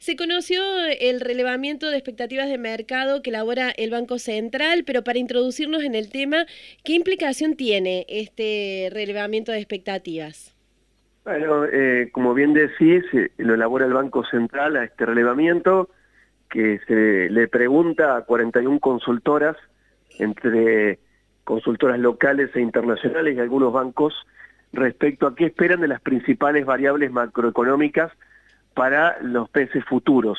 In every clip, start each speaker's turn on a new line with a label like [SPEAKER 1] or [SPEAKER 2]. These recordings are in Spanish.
[SPEAKER 1] Se conoció el relevamiento de expectativas de mercado que elabora el Banco Central, pero para introducirnos en el tema, ¿qué implicación tiene este relevamiento de expectativas?
[SPEAKER 2] Bueno, como bien decís, lo elabora el Banco Central a este relevamiento que se le pregunta a 41 consultoras, entre consultoras locales e internacionales y algunos bancos, respecto a qué esperan de las principales variables macroeconómicas para los meses futuros.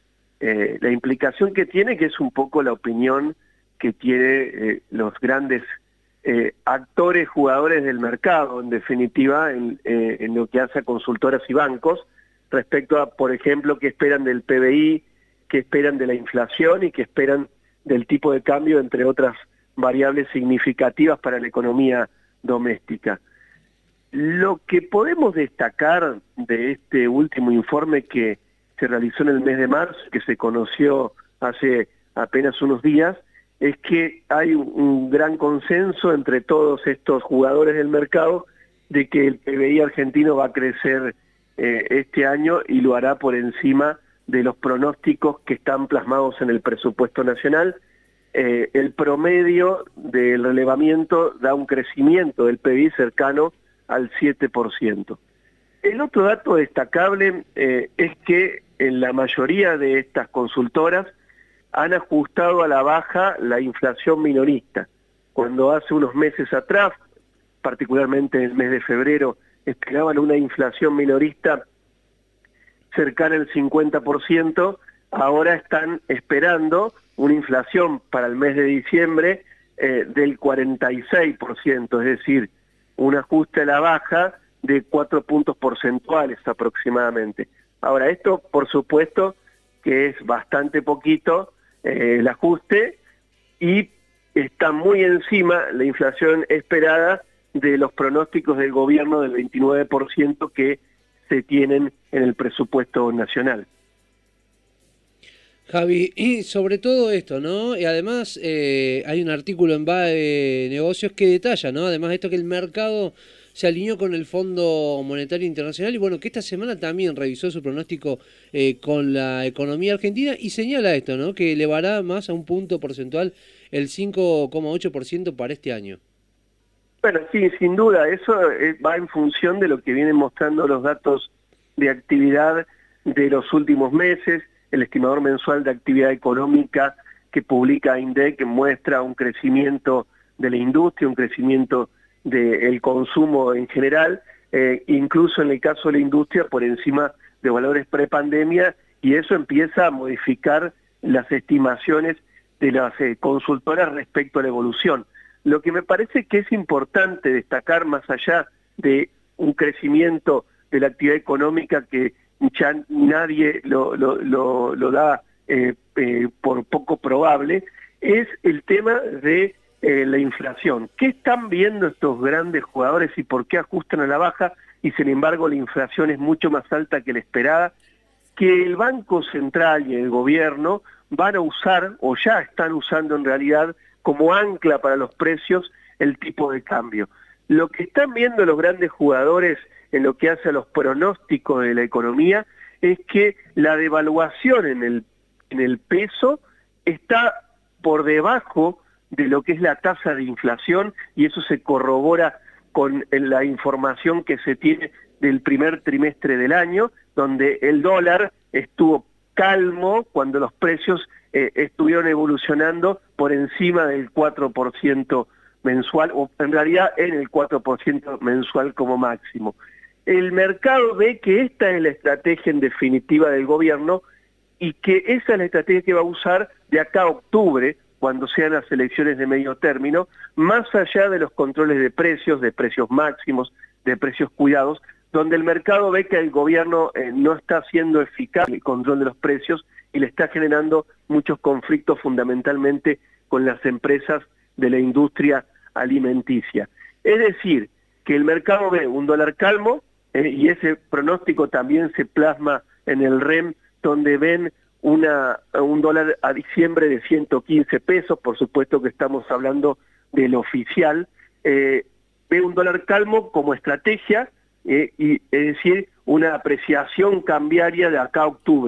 [SPEAKER 2] La implicación que tiene, que es un poco la opinión que tiene los grandes actores, jugadores del mercado, en definitiva, en lo que hace a consultoras y bancos, respecto a, por ejemplo, qué esperan del PBI, qué esperan de la inflación y qué esperan del tipo de cambio, entre otras variables significativas para la economía doméstica. Lo que podemos destacar de este último informe que se realizó en el mes de marzo, que se conoció hace apenas unos días, es que hay un gran consenso entre todos estos jugadores del mercado de que el PBI argentino va a crecer este año y lo hará por encima de los pronósticos que están plasmados en el presupuesto nacional. El promedio del relevamiento da un crecimiento del PBI cercano al 7%. El otro dato destacable es que en la mayoría de estas consultoras han ajustado a la baja la inflación minorista. Cuando hace unos meses atrás, particularmente en el mes de febrero, esperaban una inflación minorista cercana al 50%, ahora están esperando una inflación para el mes de diciembre del 46%, es decir, un ajuste a la baja de 4 puntos porcentuales aproximadamente. Ahora, esto por supuesto que es bastante poquito el ajuste y está muy encima la inflación esperada de los pronósticos del gobierno del 29% que se tienen en el presupuesto nacional.
[SPEAKER 3] Javi, y sobre todo esto, ¿no? Y además hay un artículo en BAE Negocios que detalla, ¿no? Además de esto que el mercado se alineó con el Fondo Monetario Internacional y bueno, que esta semana también revisó su pronóstico con la economía argentina y señala esto, ¿no? Que elevará más a un punto porcentual el 5,8% para este año.
[SPEAKER 2] Bueno, sí, sin duda, eso va en función de lo que vienen mostrando los datos de actividad de los últimos meses. El estimador mensual de actividad económica que publica INDEC muestra un crecimiento de la industria, un crecimiento del consumo en general, incluso en el caso de la industria por encima de valores prepandemia, y eso empieza a modificar las estimaciones de las consultoras respecto a la evolución. Lo que me parece que es importante destacar, más allá de un crecimiento de la actividad económica que ya nadie lo da por poco probable, es el tema de la inflación. ¿Qué están viendo estos grandes jugadores y por qué ajustan a la baja y sin embargo la inflación es mucho más alta que la esperada? Que el Banco Central y el gobierno van a usar, o ya están usando en realidad, como ancla para los precios el tipo de cambio. Lo que están viendo los grandes jugadores en lo que hace a los pronósticos de la economía es que la devaluación en el peso está por debajo de lo que es la tasa de inflación y eso se corrobora con la información que se tiene del primer trimestre del año, donde el dólar estuvo calmo cuando los precios estuvieron evolucionando por encima del 4% mensual, o en realidad en el 4% mensual como máximo. El mercado ve que esta es la estrategia en definitiva del gobierno y que esa es la estrategia que va a usar de acá a octubre, cuando sean las elecciones de medio término, más allá de los controles de precios máximos, de precios cuidados, donde el mercado ve que el gobierno no está siendo eficaz en el control de los precios y le está generando muchos conflictos fundamentalmente con las empresas de la industria alimenticia. Es decir, que el mercado ve un dólar calmo y ese pronóstico también se plasma en el REM, donde ven un dólar a diciembre de 115 pesos, por supuesto que estamos hablando del oficial, ve un dólar calmo como estrategia, y es decir, una apreciación cambiaria de acá a octubre.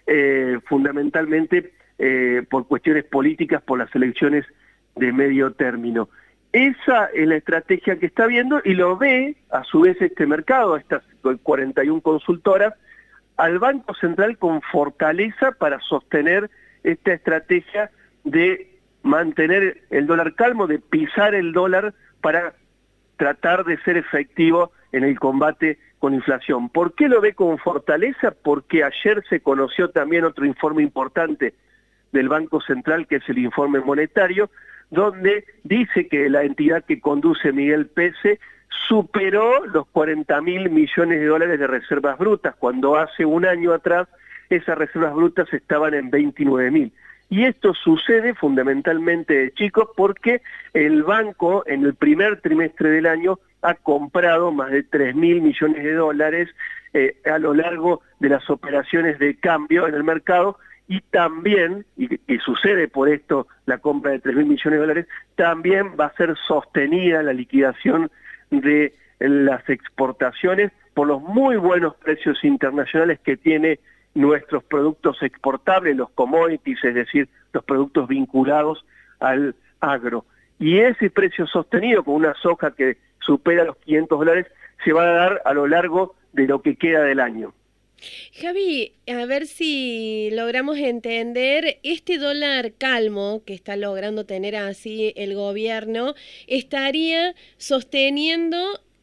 [SPEAKER 2] fundamentalmente por cuestiones políticas, por las elecciones de medio término. Esa es la estrategia que está viendo y lo ve a su vez este mercado, estas 41 consultoras, al Banco Central con fortaleza para sostener esta estrategia de mantener el dólar calmo, de pisar el dólar para tratar de ser efectivo en el combate con inflación. ¿Por qué lo ve con fortaleza? Porque ayer se conoció también otro informe importante del Banco Central, que es el informe monetario, donde dice que la entidad que conduce Miguel Pese superó los 40.000 millones de dólares de reservas brutas, cuando hace un año atrás esas reservas brutas estaban en 29.000. Y esto sucede fundamentalmente, chicos, porque el banco en el primer trimestre del año ha comprado más de 3.000 millones de dólares a lo largo de las operaciones de cambio en el mercado, y también, y sucede por esto la compra de 3.000 millones de dólares, también va a ser sostenida la liquidación de las exportaciones por los muy buenos precios internacionales que tiene nuestros productos exportables, los commodities, es decir, los productos vinculados al agro. Y ese precio sostenido con una soja que supera los 500 dólares se va a dar a lo largo de lo que queda del año.
[SPEAKER 1] Javi, a ver si logramos entender, este dólar calmo que está logrando tener así el gobierno, estaría sosteniendo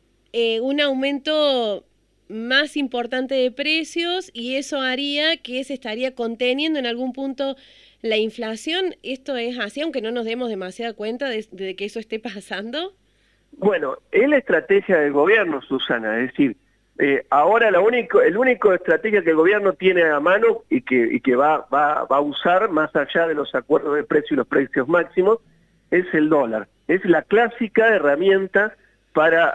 [SPEAKER 1] un aumento más importante de precios, y eso haría que se estaría conteniendo en algún punto la inflación. ¿Esto es así, aunque no nos demos demasiada cuenta de que eso esté pasando?
[SPEAKER 2] Bueno, es la estrategia del gobierno, Susana, es decir, ahora el único estrategia que el gobierno tiene a mano y que va a usar, más allá de los acuerdos de precio y los precios máximos, es el dólar. Es la clásica herramienta para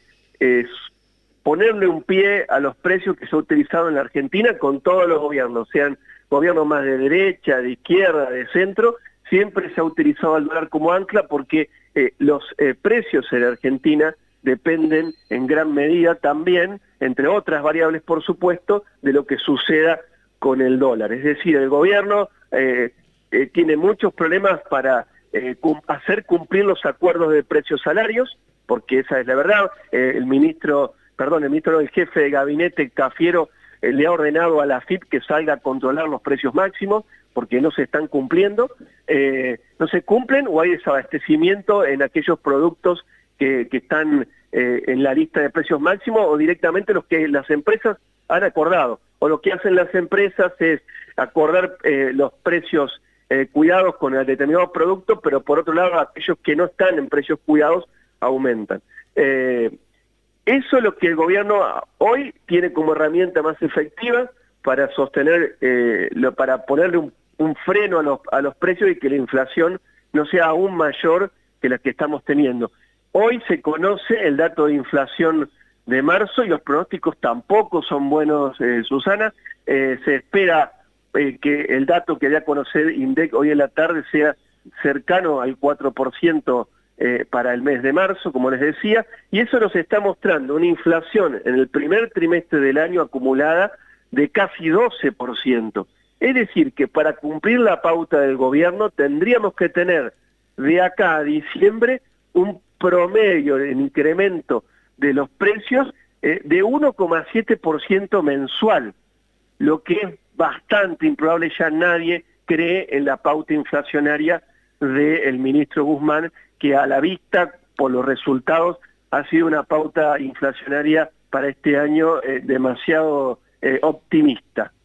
[SPEAKER 2] ponerle un pie a los precios que se ha utilizado en la Argentina con todos los gobiernos, sean gobiernos más de derecha, de izquierda, de centro, siempre se ha utilizado el dólar como ancla porque los precios en Argentina dependen en gran medida también, entre otras variables por supuesto, de lo que suceda con el dólar. Es decir, el gobierno tiene muchos problemas para hacer cumplir los acuerdos de precios salarios, porque esa es la verdad. El jefe de gabinete, Cafiero, le ha ordenado a la AFIP que salga a controlar los precios máximos, porque no se están cumpliendo, no se cumplen o hay desabastecimiento en aquellos productos que están en la lista de precios máximos, o directamente los que las empresas han acordado. O lo que hacen las empresas es acordar los precios cuidados con el determinado producto, pero por otro lado aquellos que no están en precios cuidados aumentan. Eso es lo que el gobierno hoy tiene como herramienta más efectiva para sostener, para ponerle un freno a los precios y que la inflación no sea aún mayor que la que estamos teniendo. Hoy se conoce el dato de inflación de marzo y los pronósticos tampoco son buenos, Susana. Se espera que el dato que dé a conocer INDEC hoy en la tarde sea cercano al 4% para el mes de marzo, como les decía, y eso nos está mostrando una inflación en el primer trimestre del año acumulada de casi 12%. Es decir, que para cumplir la pauta del gobierno tendríamos que tener de acá a diciembre un promedio en incremento de los precios de 1,7% mensual, lo que es bastante improbable. Ya nadie cree en la pauta inflacionaria del ministro Guzmán, que a la vista, por los resultados, ha sido una pauta inflacionaria para este año demasiado optimista.